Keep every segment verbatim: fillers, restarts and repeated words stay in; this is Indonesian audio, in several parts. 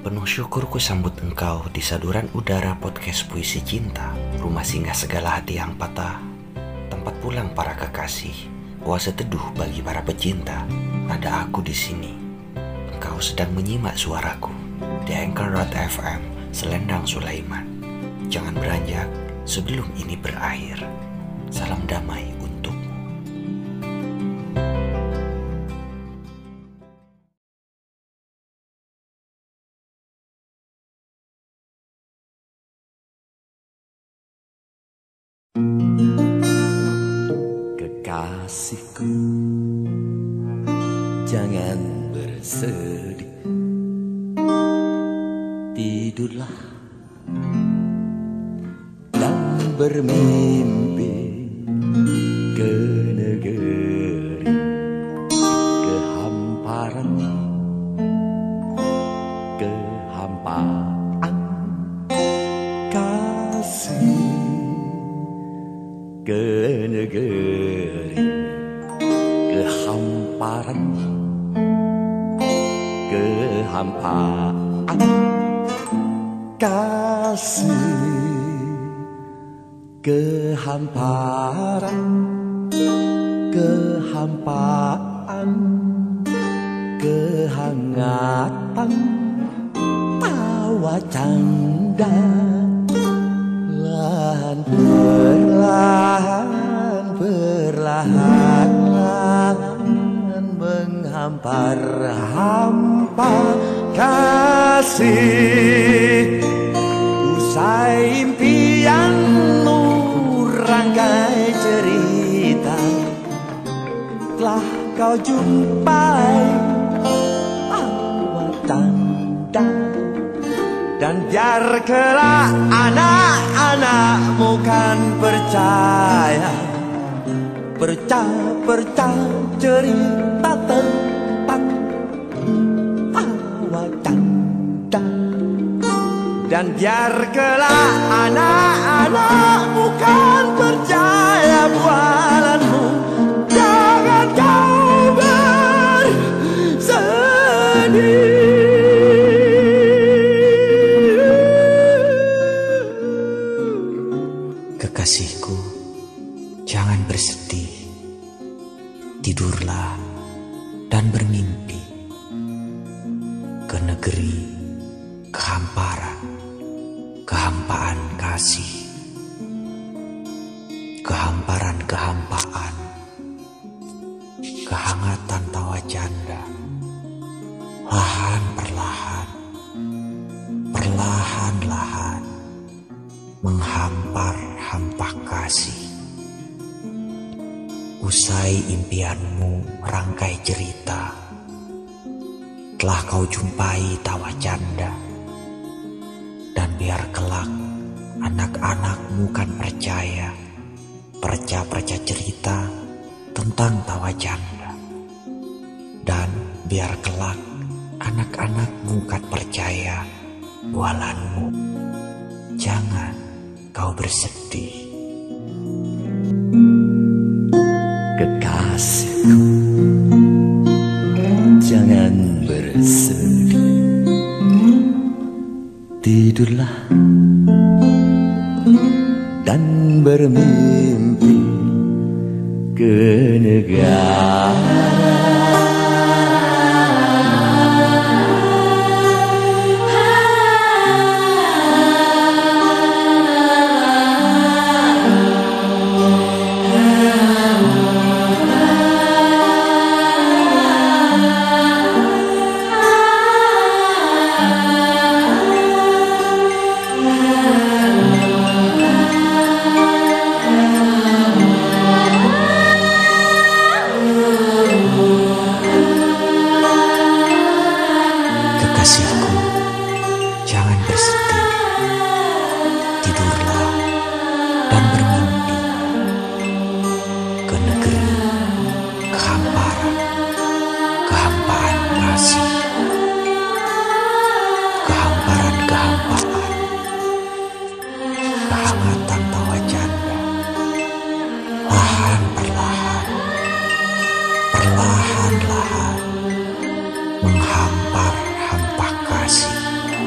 penuh syukur ku sambut engkau di saluran udara podcast Puisi Cinta, rumah singgah segala hati yang patah, tempat pulang para kekasih, oase teduh bagi para pecinta. Ada aku di sini. Engkau sedang menyimak suaraku di Anchor dot F M Selendang Sulaiman. Jangan beranjak sebelum ini berakhir. Salam damai untukmu. Kekasihku, jangan bersedih, tidurlah dan bermimpi ke negeri kehamparan, kehampaan kasih, ke negeri kehamparan, kehampaan kasih, kehamparan, kehampaan, kehangatan, tawa canda, lahan perlahan, perlahan, lahan menghampar hampa kasih. Usai impianmu rangkai cerita, telah kau jumpai awal tanda. Dan biar kelak anak-anakmu kan percaya, percaya, percaya cerita tentang awal tanda. Dan biar kelak anak-anakmu kan percaya bualanmu, jangan kau bersedih. Kekasihku, jangan bersedih, tidurlah dan bermimpi ke negeri kehamparan, kehampaan kasih, kehamparan kehampaan, kehangatan tawa canda, lahan perlahan, perlahan-lahan menghampar hampa kasih. Usai impianmu rangkai cerita, telah kau jumpai tawa canda. Dan biar kelak anak-anakmu kan percaya, perca-perca cerita tentang tawa canda. Dan biar kelak anak-anakmu kan percaya bualanmu, jangan kau bersedih. Kekasihku, jangan bersedih, tidurlah dan bermimpi ke negara perlahan-lahan menghampar hampa kasih.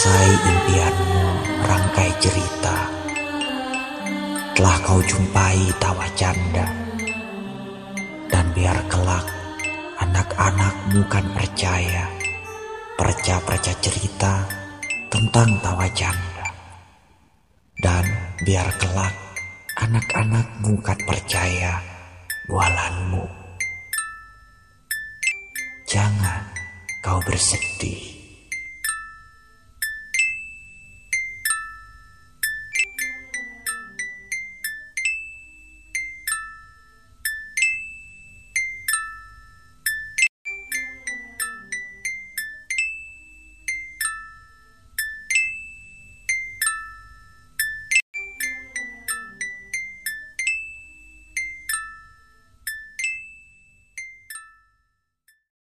Selesai impianmu rangkai cerita, telah kau jumpai tawa canda. Dan biar kelak anak-anakmu kan percaya perca-perca cerita tentang tawa canda. Dan biar kelak anak-anakmu kan percaya bualanmu. Jangan kau bersedih.